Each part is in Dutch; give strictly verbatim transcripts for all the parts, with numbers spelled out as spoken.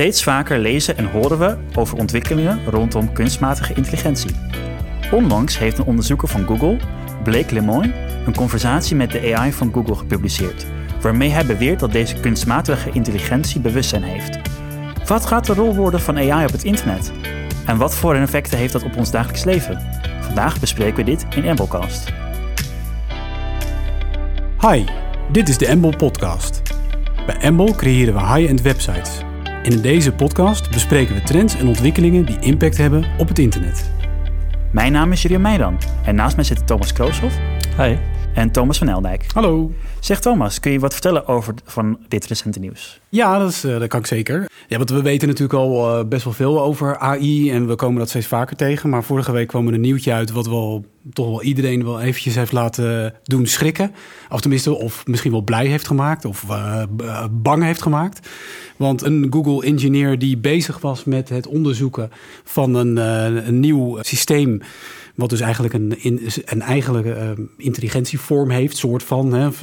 Steeds vaker lezen en horen we over ontwikkelingen rondom kunstmatige intelligentie. Onlangs heeft een onderzoeker van Google, Blake Lemoine, een conversatie met de A I van Google gepubliceerd, waarmee hij beweert dat deze kunstmatige intelligentie bewustzijn heeft. Wat gaat de rol worden van A I op het internet? En wat voor effecten heeft dat op ons dagelijks leven? Vandaag bespreken we dit in Embelcast. Hi, dit is de Embel Podcast. Bij Embel creëren we high-end websites. En in deze podcast bespreken we trends en ontwikkelingen die impact hebben op het internet. Mijn naam is Jurjen Meidan en naast mij zitten Thomas Krooshoff. Hi. En Thomas van Eldijk. Hallo. Zeg Thomas, kun je wat vertellen over van dit recente nieuws? Ja, dat, is, uh, dat kan ik zeker. Ja, want we weten natuurlijk al uh, best wel veel over A I en we komen dat steeds vaker tegen. Maar vorige week kwam er een nieuwtje uit wat wel toch wel iedereen wel eventjes heeft laten doen schrikken. Of tenminste, of misschien wel blij heeft gemaakt of uh, bang heeft gemaakt. Want een Google-engineer die bezig was met het onderzoeken van een, uh, een nieuw systeem, wat dus eigenlijk een, in, een eigenlijke uh, intelligentievorm heeft, soort van, hè,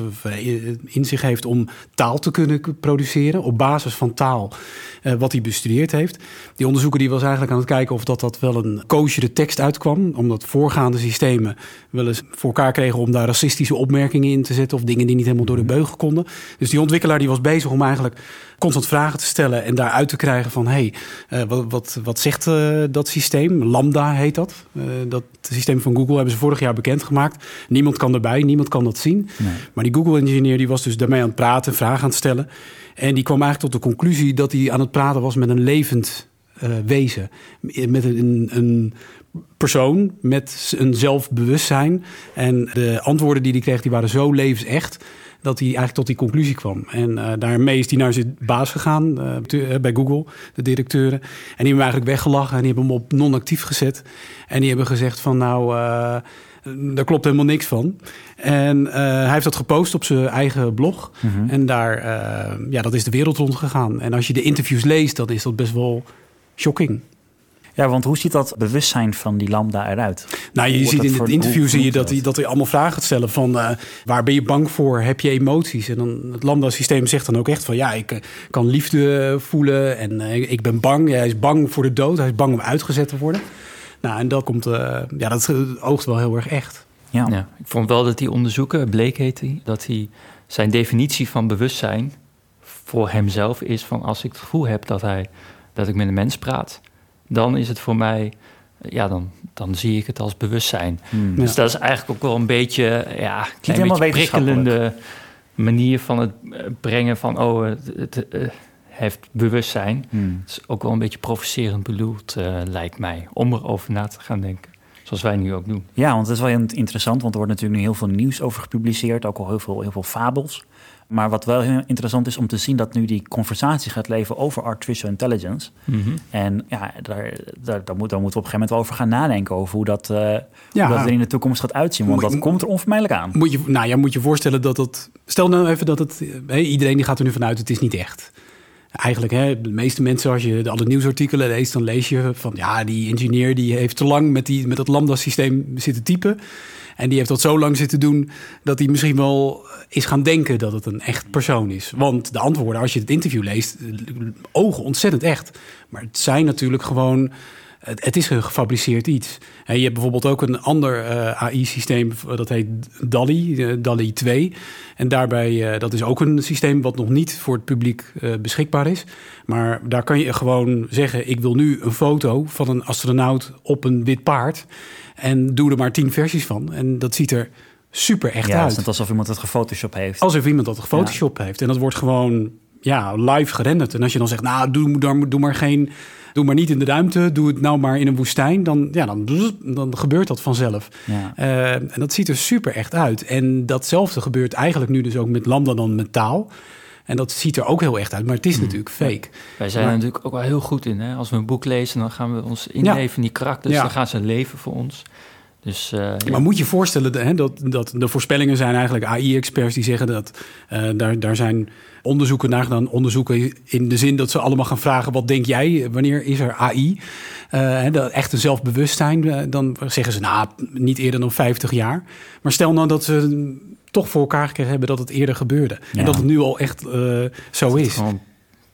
in zich heeft om taal te kunnen produceren op basis van taal, uh, wat hij bestudeerd heeft. Die onderzoeker die was eigenlijk aan het kijken of dat, dat wel een koosjere tekst uitkwam, omdat voorgaande systemen wel eens voor elkaar kregen om daar racistische opmerkingen in te zetten of dingen die niet helemaal door de beugel konden. Dus die ontwikkelaar die was bezig om eigenlijk constant vragen te stellen en daaruit te krijgen van, hé, hey, uh, wat, wat, wat zegt uh, dat systeem? Lambda heet dat. Uh, dat systeem van Google hebben ze vorig jaar bekendgemaakt. Niemand kan erbij, niemand kan dat zien. Nee. Maar die Google-engineer die was dus daarmee aan het praten, vragen aan het stellen. En die kwam eigenlijk tot de conclusie dat hij aan het praten was met een levend uh, wezen. Met een, een persoon met een zelfbewustzijn. En de antwoorden die hij kreeg, die waren zo levensecht dat hij eigenlijk tot die conclusie kwam. En uh, daarmee is hij naar zijn baas gegaan, uh, te, uh, bij Google, de directeuren. En die hebben hem eigenlijk weggelachen en die hebben hem op non-actief gezet. En die hebben gezegd van, nou, uh, daar klopt helemaal niks van. En uh, hij heeft dat gepost op zijn eigen blog. Mm-hmm. En daar, uh, ja, dat is de wereld rond gegaan. En als je de interviews leest, dan is dat best wel shocking. Ja, want hoe ziet dat bewustzijn van die Lambda eruit? Nou, je ziet in het interview zie je dat hij, dat hij allemaal vragen gaat stellen van uh, waar ben je bang voor? Heb je emoties? En dan het Lambda-systeem zegt dan ook echt van ja, ik uh, kan liefde voelen en uh, ik ben bang. Ja, hij is bang voor de dood. Hij is bang om uitgezet te worden. Nou, en dat komt, uh, ja, dat oogt wel heel erg echt. Ja. ja, ik vond wel dat die onderzoeker, Blake heet hij, dat hij zijn definitie van bewustzijn voor hemzelf is van als ik het gevoel heb dat hij dat ik met een mens praat, dan is het voor mij, ja, dan, dan zie ik het als bewustzijn. Hmm. Dus ja. Dat is eigenlijk ook wel een beetje, ja, een klein beetje prikkelende manier van het brengen van, oh, het, het uh, heeft bewustzijn. Hmm. Het is ook wel een beetje provocerend bedoeld, uh, lijkt mij, om erover na te gaan denken. Zoals wij nu ook doen. Ja, want dat is wel heel interessant, want er wordt natuurlijk nu heel veel nieuws over gepubliceerd, ook al heel veel, heel veel fabels. Maar wat wel heel interessant is om te zien dat nu die conversatie gaat leven over artificial intelligence. Mm-hmm. En ja, daar, daar, daar, moet, daar moeten we op een gegeven moment wel over gaan nadenken over hoe dat, uh, ja. hoe dat er in de toekomst gaat uitzien. Want moet, dat komt er onvermijdelijk aan. Moet je, nou ja, moet je voorstellen dat het, stel nou even dat het, hey, iedereen die gaat er nu vanuit, het is niet echt. Eigenlijk, hè, de meeste mensen, als je alle nieuwsartikelen leest, dan lees je van ja, die engineer die heeft te lang met, die, met dat Lambda-systeem zitten typen. En die heeft dat zo lang zitten doen dat hij misschien wel is gaan denken dat het een echt persoon is. Want de antwoorden, als je het interview leest, ogen ontzettend echt. Maar het zijn natuurlijk gewoon, het, het is een gefabriceerd iets. En je hebt bijvoorbeeld ook een ander uh, A I-systeem, dat heet DALL-E, uh, DALL-E twee. En daarbij, uh, dat is ook een systeem wat nog niet voor het publiek uh, beschikbaar is. Maar daar kan je gewoon zeggen, ik wil nu een foto van een astronaut op een wit paard. En doe er maar tien versies van. En dat ziet er super echt ja, uit. Het is net alsof iemand het gefotoshopt heeft. Alsof iemand dat gefotoshopt ja. heeft. En dat wordt gewoon ja, live gerenderd. En als je dan zegt, nou, doe, doe, doe maar geen, doe maar niet in de ruimte. Doe het nou maar in een woestijn. Dan, ja, dan, dan gebeurt dat vanzelf. Ja. Uh, en dat ziet er super echt uit. En datzelfde gebeurt eigenlijk nu dus ook met Lambda dan met taal. En dat ziet er ook heel echt uit, maar het is hmm. natuurlijk fake. Wij zijn maar, er natuurlijk ook wel heel goed in. Hè? Als we een boek lezen, dan gaan we ons inleven ja. in die karakters. Ja. Dan gaan ze leven voor ons. Dus, uh, ja. Maar moet je voorstellen hè, dat, dat de voorspellingen zijn eigenlijk A I-experts die zeggen dat uh, daar, daar zijn onderzoeken naar gedaan. Onderzoeken in de zin dat ze allemaal gaan vragen, wat denk jij, wanneer is er A I? Uh, dat echt een zelfbewustzijn, uh, dan zeggen ze, nou, niet eerder dan vijftig jaar. Maar stel nou dat ze toch voor elkaar gekregen hebben dat het eerder gebeurde. Ja. En dat het nu al echt uh, zo is. Gewoon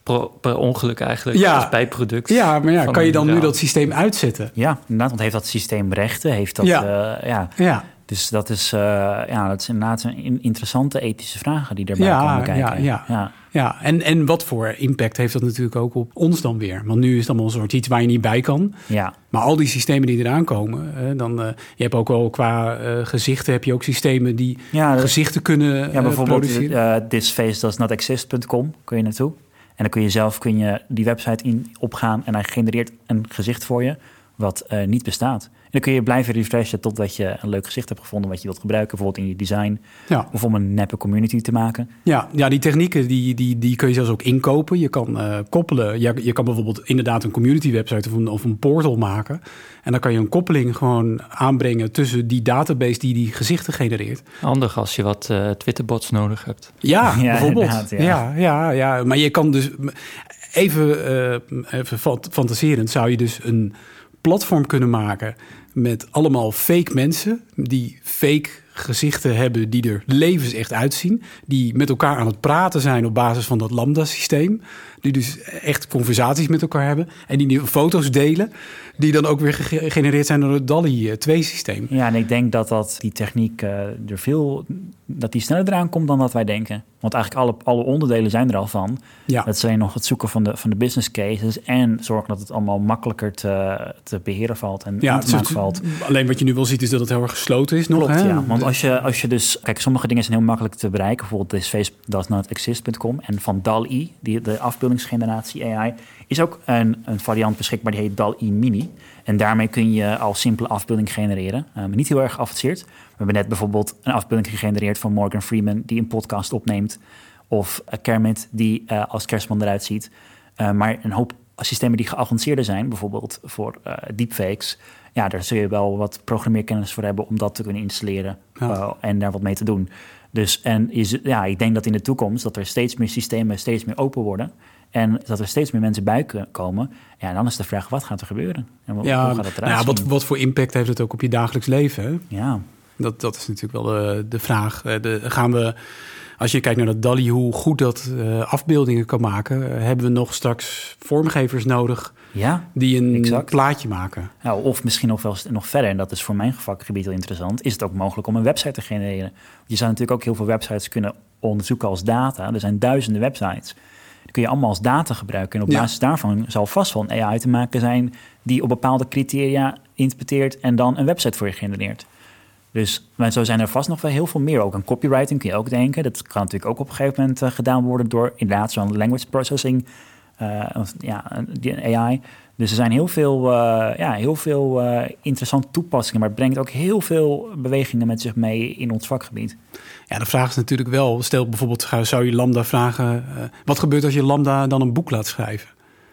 pro, per ongeluk eigenlijk Ja. als bijproduct. Ja, maar ja, van kan je een dan nu verhaal. dat systeem uitzetten? Ja, inderdaad, want heeft dat systeem rechten? Heeft dat, Ja. ja. ja. Ja, Dus dat is, uh, ja, dat is inderdaad een in- interessante ethische vragen die erbij Ja, komen kijken. ja, ja. ja. ja. En, en wat voor impact heeft dat natuurlijk ook op ons dan weer? Want nu is het allemaal een soort iets waar je niet bij kan. Ja. Maar al die systemen die eraan komen, eh, dan, uh, je hebt ook wel qua uh, gezichten, heb je ook systemen die Ja, dat- gezichten kunnen Ja, uh, bijvoorbeeld produceren. uh, this face does not exist punt com kun je naartoe. En dan kun je zelf kun je die website in opgaan en hij genereert een gezicht voor je wat uh, niet bestaat. En dan kun je blijven refreshen totdat je een leuk gezicht hebt gevonden wat je wilt gebruiken, bijvoorbeeld in je design Ja. of om een neppe community te maken. Ja, ja, die technieken die, die, die kun je zelfs ook inkopen. Je kan uh, koppelen. Je, je kan bijvoorbeeld inderdaad een community website of een, of een portal maken. En dan kan je een koppeling gewoon aanbrengen tussen die database die die gezichten genereert. Handig als je wat uh, Twitterbots nodig hebt. Ja, Ja, bijvoorbeeld. inderdaad, ja. Ja. Ja, ja, maar je kan dus even, uh, even fantaserend zou je dus een platform kunnen maken met allemaal fake mensen die fake gezichten hebben die er levensecht uitzien, die met elkaar aan het praten zijn op basis van dat Lambda-systeem, die dus echt conversaties met elkaar hebben en die foto's delen, die dan ook weer gegenereerd zijn door het DALL-E twee systeem. Ja, en ik denk dat, dat die techniek uh, er veel, dat die sneller eraan komt dan dat wij denken. Want eigenlijk alle, alle onderdelen zijn er al van. Ja. Dat zijn nog het zoeken van de, van de business cases en zorgen dat het allemaal makkelijker te, te beheren valt en ja, aan te maken het, valt. Alleen wat je nu wel ziet is dat het heel erg gesloten is nog. Klopt, hè? ja. Want als je, als je dus... Kijk, sommige dingen zijn heel makkelijk te bereiken. Bijvoorbeeld this face does not exist punt com. En van DALL-E, die, de afbeeldingsgeneratie A I, is ook een, een variant beschikbaar die heet DALL-E Mini. En daarmee kun je al simpele afbeelding genereren. Uh, maar niet heel erg geavanceerd. We hebben net bijvoorbeeld een afbeelding gegenereerd van Morgan Freeman die een podcast opneemt. Of uh, Kermit die uh, als kerstman eruit ziet. Uh, maar een hoop systemen die geavanceerder zijn, bijvoorbeeld voor uh, deepfakes. Ja, daar zul je wel wat programmeerkennis voor hebben om dat te kunnen installeren Ja. uh, en daar wat mee te doen. Dus en is, ja, ik denk dat in de toekomst dat er steeds meer systemen steeds meer open worden. En dat er steeds meer mensen bij komen. Ja, en dan is de vraag, wat gaat er gebeuren? En wat, Ja, hoe gaat het nou eruit ja, wat, zien? wat voor impact heeft het ook op je dagelijks leven? Hè? Ja, Dat, dat is natuurlijk wel de, de vraag. De, gaan we, als je kijkt naar dat DALL-E, hoe goed dat uh, afbeeldingen kan maken, uh, hebben we nog straks vormgevers nodig ja. die een exact. plaatje maken. Nou, of misschien nog wel nog verder, en dat is voor mijn vakgebied heel interessant, is het ook mogelijk om een website te genereren. Je zou natuurlijk ook heel veel websites kunnen onderzoeken als data. Er zijn duizenden websites. Die kun je allemaal als data gebruiken. En op Ja. basis daarvan zal vast wel een A I te maken zijn die op bepaalde criteria interpreteert en dan een website voor je genereert. Dus maar zo zijn er vast nog wel heel veel meer. Ook aan copywriting kun je ook denken. Dat kan natuurlijk ook op een gegeven moment uh, gedaan worden door inderdaad zo'n language processing, uh, ja, die A I. Dus er zijn heel veel, uh, ja, heel veel uh, interessante toepassingen, maar het brengt ook heel veel bewegingen met zich mee in ons vakgebied. Ja, de vraag is natuurlijk wel, stel bijvoorbeeld, zou je Lambda vragen, uh, wat gebeurt als je Lambda dan een boek laat schrijven?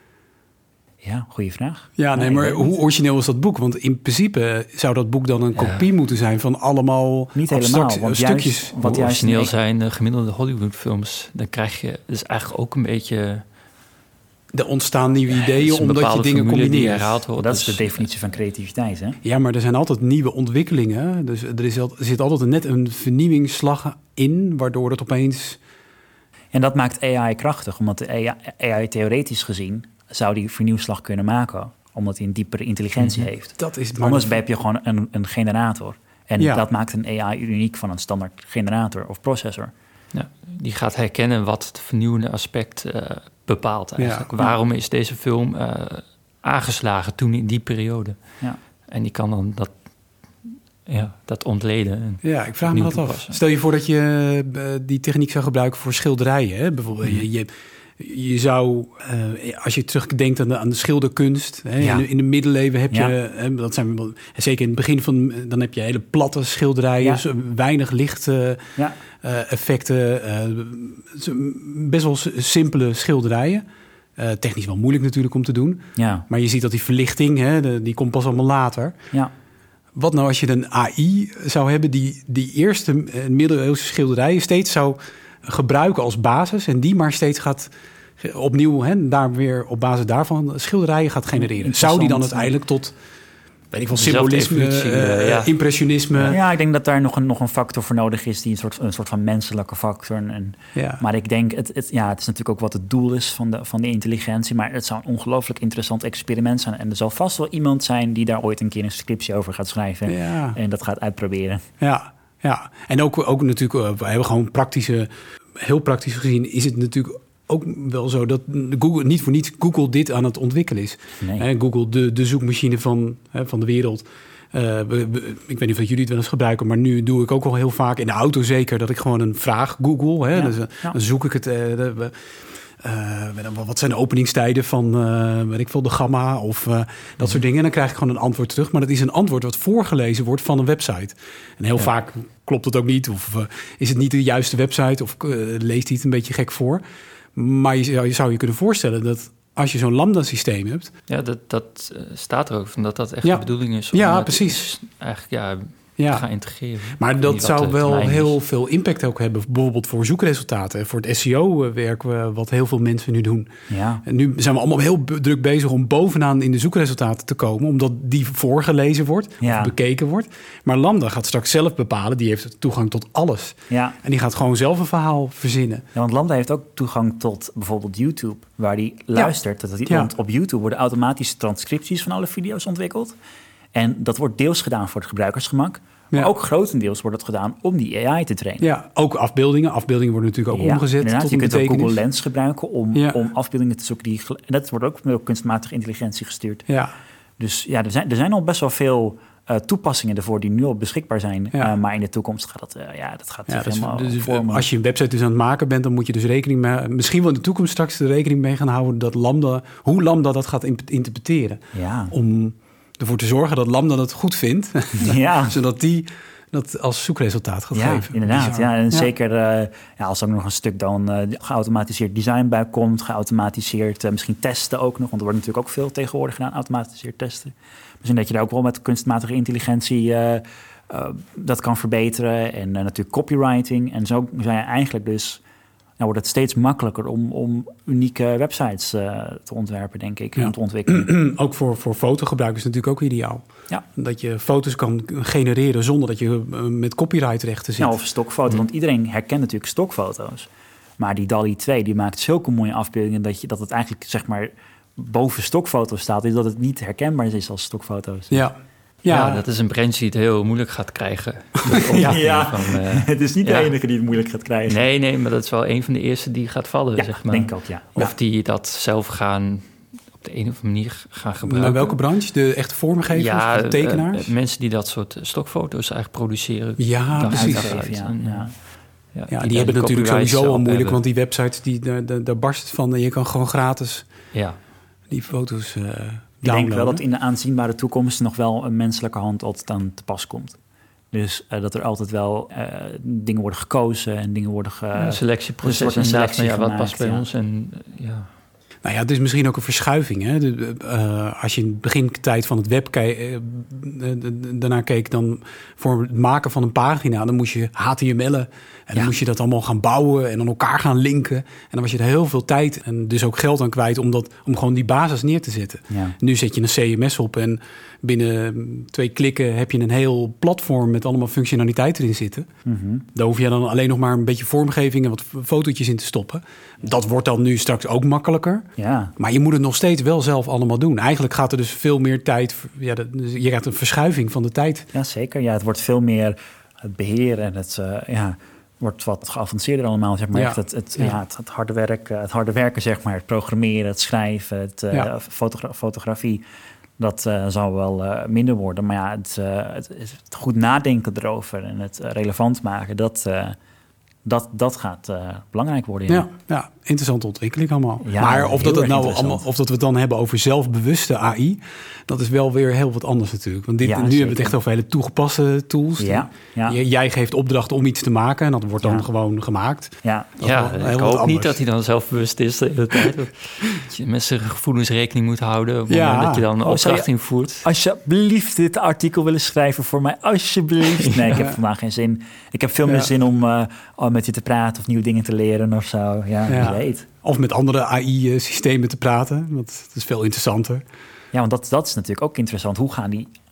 Ja, goede vraag. Ja, nee, nee, maar hoe origineel is dat boek? Want in principe zou dat boek dan een Ja. kopie moeten zijn van allemaal Niet helemaal, want stukjes. juist, Wat wat juist origineel een- zijn de gemiddelde Hollywoodfilms, dan krijg je dus eigenlijk ook een beetje Er ontstaan nieuwe ja, ideeën het is een omdat je bepaalde dingen formule die combineert. herhaald wordt. dat is Dus, de definitie van creativiteit, hè? Ja, maar er zijn altijd nieuwe ontwikkelingen. Dus er, is, al- er zit altijd net een vernieuwingsslag in, waardoor het opeens... En dat maakt A I krachtig, omdat de A I, A I theoretisch gezien zou die vernieuwslag kunnen maken, omdat hij een diepere intelligentie Mhm. heeft. Dat is Anders heb je gewoon een, een generator. En Ja. dat maakt een A I uniek van een standaard generator of processor. Ja, die gaat herkennen wat het vernieuwende aspect uh, bepaalt eigenlijk. Ja. Waarom is deze film uh, aangeslagen toen in die periode? Ja. En die kan dan dat, ja, dat ontleden. En Ja, ik vraag me opnieuw dat af. toepassen. Stel je voor dat je uh, die techniek zou gebruiken voor schilderijen. Hè? Bijvoorbeeld, Mhm. je, je, je zou, uh, als je terugdenkt aan de, aan de schilderkunst... Hè, Ja. in, de, in de middeleeuwen heb je, Ja. hè, dat zijn wel- zeker in het begin van... dan heb je hele platte schilderijen, Ja. zo weinig licht... Uh, Ja. uh, effecten, uh, best wel s- simpele schilderijen. Uh, technisch wel moeilijk natuurlijk om te doen. Ja. Maar je ziet dat die verlichting, hè, de, die komt pas allemaal later. Ja. Wat nou als je een A I zou hebben die die eerste uh, middeleeuwse schilderijen steeds zou gebruiken als basis en die maar steeds gaat opnieuw, hè, daar weer op basis daarvan schilderijen gaat genereren. Zou die dan Interessant. uiteindelijk tot weet ik wel, symbolisme, uh, ja. impressionisme. Ja, ik denk dat daar nog een, nog een factor voor nodig is, die een soort, een soort van menselijke factor. En, ja. Maar ik denk, het, het, ja, het is natuurlijk ook wat het doel is van de, van de intelligentie, maar het zou een ongelooflijk interessant experiment zijn. En er zal vast wel iemand zijn die daar ooit een keer een scriptie over gaat schrijven ja. en dat gaat uitproberen. Ja, ja. En ook, ook natuurlijk, we hebben gewoon praktische, heel praktisch gezien, is het natuurlijk ook wel zo dat Google niet voor niets Google dit aan het ontwikkelen is. Nee. He, Google, de, de zoekmachine van, he, van de wereld. Uh, we, we, ik weet niet of jullie het wel eens gebruiken, maar nu doe ik ook wel heel vaak in de auto zeker dat ik gewoon een vraag Google. Hè, ja. Dus, ja. Dan zoek ik het. Uh, de, uh, wat zijn de openingstijden van uh, weet ik veel, de Gamma of uh, dat mm-hmm. soort dingen. En dan krijg ik gewoon een antwoord terug. Maar dat is een antwoord wat voorgelezen wordt van een website. En heel ja. vaak klopt het ook niet. Of uh, is het niet de juiste website of uh, leest hij het een beetje gek voor. Maar je zou, je zou je kunnen voorstellen dat als je zo'n lambda-systeem hebt... Ja, dat, dat uh, staat er ook van dat dat echt ja. de bedoeling is. Om ja, precies. Dus eigenlijk ja, ja. te gaan integreren. Maar dat zou wel heel is. veel impact ook hebben. Bijvoorbeeld voor zoekresultaten. Voor het S E O-werk wat heel veel mensen nu doen. Ja. En nu zijn we allemaal heel druk bezig om bovenaan in de zoekresultaten te komen. Omdat die voorgelezen wordt ja. of bekeken wordt. Maar Lambda gaat straks zelf bepalen. Die heeft toegang tot alles. Ja. En die gaat gewoon zelf een verhaal verzinnen. Ja, want Lambda heeft ook toegang tot bijvoorbeeld YouTube. Waar die luistert. Ja. Dat die, ja. Want op YouTube worden automatische transcripties van alle video's ontwikkeld. En dat wordt deels gedaan voor het gebruikersgemak. Maar ja. ook grotendeels wordt het gedaan om die A I te trainen. Ja, ook afbeeldingen. Afbeeldingen worden natuurlijk ook ja, omgezet tot een je kunt betekenis. ook Google Lens gebruiken om, ja. om afbeeldingen te zoeken. Die, en dat wordt ook met kunstmatige intelligentie gestuurd. Ja. Dus ja, er zijn, er zijn al best wel veel uh, toepassingen ervoor die nu al beschikbaar zijn. Ja. Uh, maar in de toekomst gaat dat, uh, ja, dat gaat ja, dus, helemaal dus, vormen. Als je een website dus aan het maken bent, dan moet je dus rekening mee... Misschien wel in de toekomst straks de rekening mee gaan houden dat Lambda... hoe Lambda dat gaat interpreteren. Ja. Om ervoor te zorgen dat Lambda dat goed vindt. Ja. Zodat die dat als zoekresultaat gaat ja, geven. Inderdaad, ja, en ja. zeker uh, ja, als er ook nog een stuk dan uh, geautomatiseerd design bij komt, geautomatiseerd uh, misschien testen ook nog, want er wordt natuurlijk ook veel tegenwoordig gedaan, automatiseerd testen. Misschien dat je daar ook wel met kunstmatige intelligentie uh, uh, dat kan verbeteren en uh, natuurlijk copywriting. En zo zijn je eigenlijk dus, nou wordt het steeds makkelijker om, om unieke websites uh, te ontwerpen, denk ik, ja. en te ontwikkelen. Ook voor, voor fotogebruik is het natuurlijk ook ideaal. Ja. Dat je foto's kan genereren zonder dat je uh, met copyrightrechten zit. Ja, of stokfoto's, ja. want iedereen herkent natuurlijk stokfoto's. Maar die DALL-E twee, die maakt zulke mooie afbeeldingen dat, je, dat het eigenlijk, zeg maar, boven stokfoto's staat, is dat het niet herkenbaar is als stokfoto's. Ja. Ja, ja, dat is een branche die het heel moeilijk gaat krijgen. ja, ja. Van, uh, het is niet ja. de enige die het moeilijk gaat krijgen. Nee, nee, maar dat is wel een van de eerste die gaat vallen, ja, zeg maar. denk ik ook, ja. Of ja. die dat zelf gaan op de een of andere manier gaan gebruiken. Maar welke branche? De echte vormgevers? Ja, de tekenaars? Uh, mensen die dat soort stokfoto's eigenlijk produceren. Ja, precies. Uitgeven, ja, en, ja. Ja, ja, die, die, die hebben natuurlijk sowieso al moeilijk, hebben. want die websites, die, daar, daar, daar barst het van. Je kan gewoon gratis ja. die foto's uh, Ik denk wel dat in de aanzienbare toekomst nog wel een menselijke hand altijd aan te pas komt. Dus uh, dat er altijd wel uh, dingen worden gekozen en dingen worden... Ge- ja, selectieproces een inderdaad, selectie ja, wat gemaakt, past bij ja. ons en ja... Nou ja, het is misschien ook een verschuiving. Hè? De, uh, als je in het begintijd van het web ke- uh, daarna keek, dan voor het maken van een pagina, dan moest je H T M L'en en dan ja. moest je dat allemaal gaan bouwen en dan elkaar gaan linken. En dan was je er heel veel tijd en dus ook geld aan kwijt om, dat, om gewoon die basis neer te zetten. Ja. Nu zet je een C M S op en binnen twee klikken heb je een heel platform met allemaal functionaliteiten erin zitten. Mm-hmm. Daar hoef je dan alleen nog maar een beetje vormgeving en wat fotootjes in te stoppen. Dat wordt dan nu straks ook makkelijker. Ja. Maar je moet het nog steeds wel zelf allemaal doen. Eigenlijk gaat er dus veel meer tijd... Ja, je krijgt een verschuiving van de tijd. Ja, zeker. Ja, het wordt veel meer het beheer en het... Uh, ja, wordt wat geavanceerder allemaal, zeg maar. Ja. Echt het, het, Ja. ja, het, het harde werk, het harde werken, zeg maar. Het programmeren, het schrijven, het uh, Ja. fotogra- fotografie. Dat uh, zal wel uh, minder worden. Maar ja, het, uh, het, het goed nadenken erover en het uh, relevant maken... dat, uh, dat, dat gaat uh, belangrijk worden. Ja. Ja, ja, interessante ontwikkeling allemaal. Ja, maar of dat, heel het nou erg allemaal, of dat we het dan hebben over zelfbewuste A I... dat is wel weer heel wat anders natuurlijk. Want dit, Ja, nu zeker. hebben we het echt over hele toegepaste tools. Ja, ja. J- Jij geeft opdrachten om iets te maken en dat wordt dan Ja. gewoon gemaakt. Ja. Dat is Ja, wel heel ik wat hoop anders. niet dat hij dan zelfbewust is de hele tijd. Dat je met zijn gevoelens rekening moet houden op het Ja. moment dat je dan een Oh, zou opdracht je- invoert. Alsjeblieft dit artikel willen schrijven voor mij. Alsjeblieft. Nee, ik heb vandaag geen zin. Ik heb veel meer Ja. zin om uh, met je te praten of nieuwe dingen te leren of zo. Ja, Ja. wie weet. Of met andere A I-systemen te praten. Want het is veel interessanter. Ja, want dat, dat is natuurlijk ook interessant. Hoe gaan die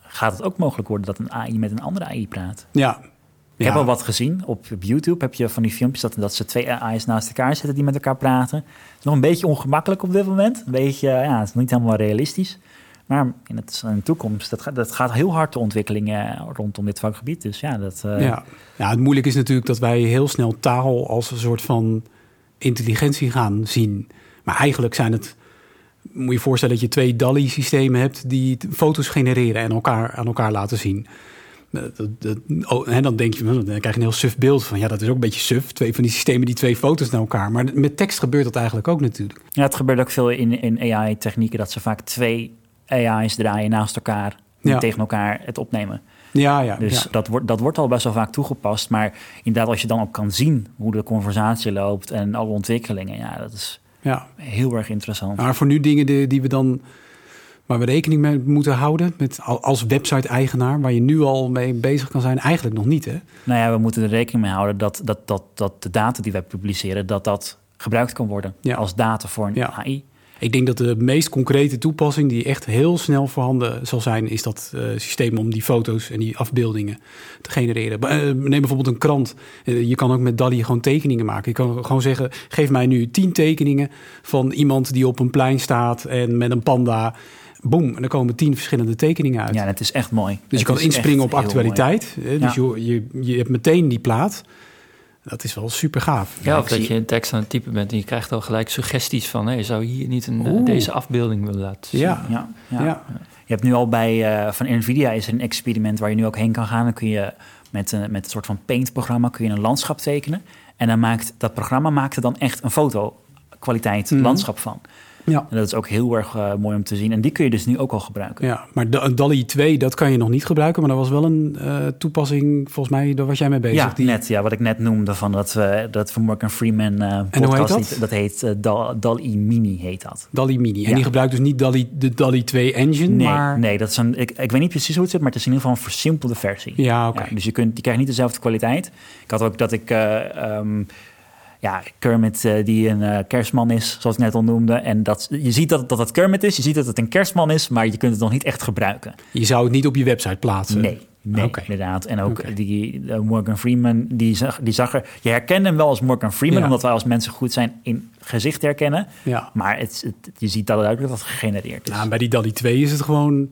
gaat het ook mogelijk worden dat een A I met een andere A I praat. Ja. Ik ja. heb al wat gezien. Op, op YouTube heb je van die filmpjes dat, dat ze twee A I's naast elkaar zetten die met elkaar praten. Het is nog een beetje ongemakkelijk op dit moment. Een beetje, ja, het is niet helemaal realistisch. Maar in, het, in de toekomst, dat gaat, dat gaat heel hard de ontwikkelingen rondom dit vakgebied. Dus ja, dat... Uh... Ja. ja, het moeilijke is natuurlijk dat wij heel snel taal als een soort van intelligentie gaan zien. Maar eigenlijk zijn het... Moet je je voorstellen dat je twee D A L L I-systemen hebt die foto's genereren en elkaar aan elkaar laten zien. Dat, dat, oh, en dan denk je, dan krijg je een heel suf beeld van, ja, dat is ook een beetje suf. Twee van die systemen die twee foto's naar elkaar. Maar met tekst gebeurt dat eigenlijk ook natuurlijk. Ja, het gebeurt ook veel in, in A I-technieken dat ze vaak twee A I's draaien naast elkaar en ja. tegen elkaar het opnemen. Ja, ja. Dus ja. Dat, wordt, dat wordt al best wel vaak toegepast. Maar inderdaad, als je dan ook kan zien hoe de conversatie loopt en alle ontwikkelingen, ja, dat is ja. heel erg interessant. Maar voor nu dingen die, die we dan, waar we rekening mee moeten houden, met als website-eigenaar, waar je nu al mee bezig kan zijn, eigenlijk nog niet, hè? Nou ja, we moeten er rekening mee houden dat, dat, dat, dat de data die wij publiceren, dat dat gebruikt kan worden ja. als data voor een ja. A I. Ik denk dat de meest concrete toepassing die echt heel snel voorhanden zal zijn, is dat uh, systeem om die foto's en die afbeeldingen te genereren. Uh, neem bijvoorbeeld een krant. Uh, je kan ook met D A L L I gewoon tekeningen maken. Je kan gewoon zeggen, geef mij nu tien tekeningen van iemand die op een plein staat en met een panda. Boom, en dan komen tien verschillende tekeningen uit. Ja, dat is echt mooi. Dus het je kan inspringen op actualiteit. Mooi. Dus ja. je, je, je hebt meteen die plaat. Dat is wel super gaaf. Ja, of dat je een tekst aan het typen bent en je krijgt al gelijk suggesties van, hey, zou je hier niet een, uh, deze afbeelding willen laten zien? Ja, ja, ja. ja. Je hebt nu al bij uh, van Nvidia is er een experiment waar je nu ook heen kan gaan. Dan kun je met, uh, met een soort van paint-programma kun je een landschap tekenen. En dan maakt dat programma maakt er dan echt een foto-kwaliteit mm. landschap van. Ja. En dat is ook heel erg uh, mooi om te zien. En die kun je dus nu ook al gebruiken. Ja, maar D A L L I twee, dat kan je nog niet gebruiken. Maar dat was wel een uh, toepassing, volgens mij, daar was jij mee bezig. Ja, die... net. Ja, wat ik net noemde, van dat, uh, dat van Morgan Freeman uh, podcast. En hoe heet dat? Die, dat heet uh, D A L L I Mini, heet dat. D A L L I Mini. En ja. die gebruikt dus niet D A L L I, de D A L L I twee engine, nee, maar... Nee, dat is een, ik, ik weet niet precies hoe het zit, maar het is in ieder geval een versimpelde versie. Ja, oké. Okay. Ja, dus je, kunt, je krijgt niet dezelfde kwaliteit. Ik had ook dat ik... Uh, um, Ja, Kermit uh, die een uh, kerstman is, zoals ik net al noemde. En dat, je ziet dat, dat het Kermit is, je ziet dat het een kerstman is, maar je kunt het nog niet echt gebruiken. Je zou het niet op je website plaatsen? Nee, nee okay. inderdaad. En ook okay. die uh, Morgan Freeman, die zag, die zag er... Je herkende hem wel als Morgan Freeman, ja. omdat wij als mensen goed zijn in gezicht herkennen. Ja. Maar het, het, je ziet dat duidelijk dat het gegenereerd is. Nou, bij die D A L L I twee is het gewoon...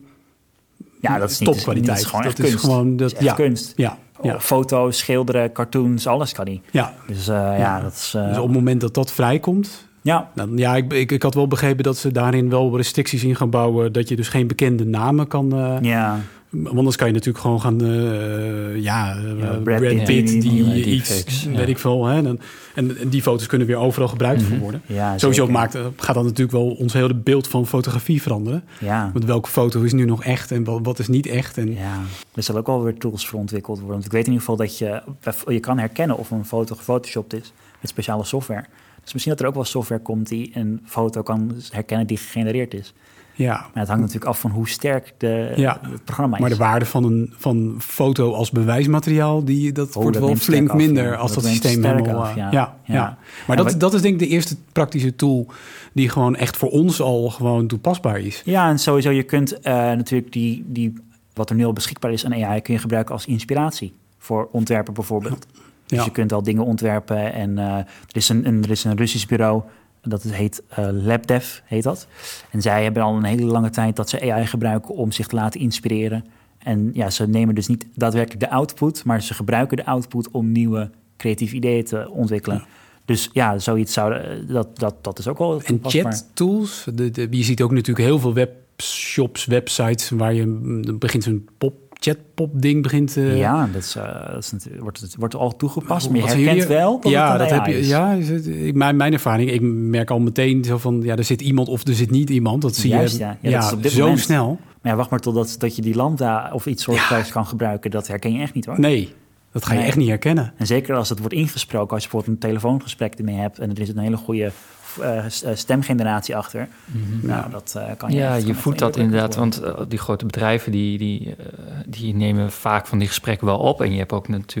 Ja, dat is niet topkwaliteit. Dat is gewoon dat echt kunst. Is gewoon, dat, dat is echt ja, kunst. Ja, ja. Foto's, schilderen, cartoons, alles kan hij. Ja. Dus uh, ja, ja, dat is... Uh, dus op het moment dat dat vrijkomt... Ja. Dan, ja, ik, ik, ik had wel begrepen dat ze daarin wel restricties in gaan bouwen... dat je dus geen bekende namen kan... Uh, ja. Want anders kan je natuurlijk gewoon gaan... Uh, ja, uh, ja, Brad, Brad Pitt, Pitt, die, die, die iets... fakes, weet ja. ik veel. Hè, en, en, en die foto's kunnen weer overal gebruikt mm-hmm. worden. Ja, sowieso maakt, gaat dat natuurlijk wel ons hele beeld van fotografie veranderen. Ja. Want welke foto is nu nog echt en wat, wat is niet echt? En... Ja, er zullen ook wel weer tools voor ontwikkeld worden. Want ik weet in ieder geval dat je... Je kan herkennen of een foto gefotoshopt is met speciale software. Dus misschien dat er ook wel software komt die een foto kan herkennen die gegenereerd is. Ja. Maar het hangt natuurlijk af van hoe sterk de, ja. het programma is. Maar de waarde van een van foto als bewijsmateriaal, die, dat oh, wordt dat wel flink minder af, als dat, dat systeem helemaal... Af, ja. Ja, ja. ja. Maar ja, dat, we, dat is denk ik de eerste praktische tool die gewoon echt voor ons al gewoon toepasbaar is. Ja, en sowieso je kunt uh, natuurlijk die, die, wat er nu al beschikbaar is aan A I, kun je gebruiken als inspiratie voor ontwerpen bijvoorbeeld. Ja. Dus ja. je kunt al dingen ontwerpen en uh, er, is een, een, er is een Russisch bureau... Dat heet uh, LabDev, heet dat. En zij hebben al een hele lange tijd dat ze A I gebruiken om zich te laten inspireren. En ja, ze nemen dus niet daadwerkelijk de output, maar ze gebruiken de output om nieuwe creatieve ideeën te ontwikkelen. Ja. Dus ja, zoiets zou dat, dat, dat is ook wel. En chat tools, de, de, je ziet ook natuurlijk heel veel webshops, websites waar je begint zo'n pop. Chatpop-ding begint... Uh... Ja, dat, is, uh, dat is natuurlijk, wordt, het wordt al toegepast, maar je herkent jullie... wel dat ja, het dat A I heb je, is. Ja, is het, mijn, mijn ervaring, ik merk al meteen zo van... ja, er zit iemand of er zit niet iemand. Dat zie Juist, je ja. Ja, ja, dat is op dit zo moment. snel. Maar ja, wacht maar totdat dat je die lambda of iets soortgelijks ja. kan gebruiken. Dat herken je echt niet, hoor. Nee, dat ga je nee. echt niet herkennen. En zeker als het wordt ingesproken, als je bijvoorbeeld een telefoongesprek ermee hebt... en er is een hele goede... Uh, stemgeneratie achter. Mm-hmm. Nou, dat uh, kan je... Ja, echt, je voelt dat inderdaad, want uh, die grote bedrijven... die, die, uh, die nemen vaak van die gesprekken wel op. En je hebt ook natuurlijk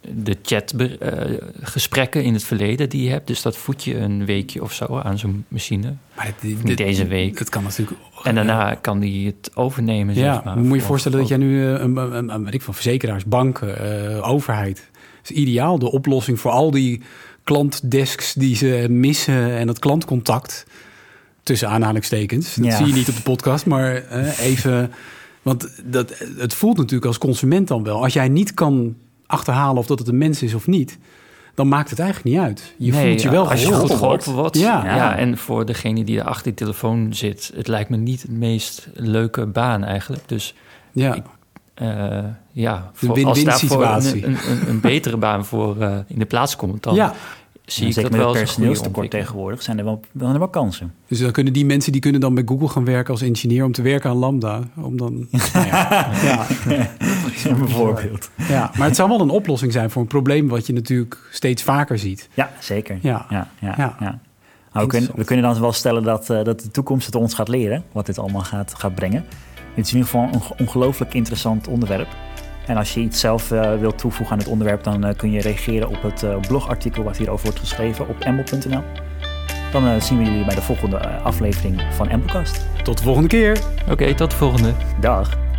de chatgesprekken uh, in het verleden die je hebt. Dus dat voed je een weekje of zo aan zo'n machine. Maar dit, dit, niet deze week. Het kan natuurlijk... En daarna kan die het overnemen, ja, zeg maar. Moet je je voorstellen dat jij nu uh, een, een, een, weet ik van verzekeraars, banken, uh, overheid... is ideaal, de oplossing voor al die klantdesks die ze missen en dat klantcontact... tussen aanhalingstekens. Dat ja. zie je niet op de podcast, maar uh, even... Want dat, het voelt natuurlijk als consument dan wel. Als jij niet kan achterhalen of dat het een mens is of niet... dan maakt het eigenlijk niet uit. Je nee, voelt je wel als je goed geholpen wordt. Ja. Ja. ja, en voor degene die er achter die telefoon zit... het lijkt me niet het meest leuke baan eigenlijk. Dus ja, ik, uh, ja voor, win-win als daarvoor een, een, een, een betere baan voor uh, in de plaats komt... dan ja. zie ja, ik zeker dat met wel het personeelstekort tegenwoordig... zijn er wel, zijn er wel kansen. Dus dan kunnen die mensen die kunnen dan bij Google gaan werken als ingenieur... om te werken aan Lambda. Om dan, nou ja, ja. Bijvoorbeeld. Ja, maar het zou wel een oplossing zijn voor een probleem... wat je natuurlijk steeds vaker ziet. Ja, zeker. Ja. Ja, ja, ja. ja. Nou, we, kunnen, we kunnen dan wel stellen dat, uh, dat de toekomst het ons gaat leren... wat dit allemaal gaat, gaat brengen. Het is in ieder geval een ongelooflijk interessant onderwerp... En als je iets zelf uh, wilt toevoegen aan het onderwerp... dan uh, kun je reageren op het uh, blogartikel wat hierover wordt geschreven op embl punt n l. Dan uh, zien we jullie bij de volgende uh, aflevering van Emblecast. Tot de volgende keer. Oké, okay, tot de volgende. Dag.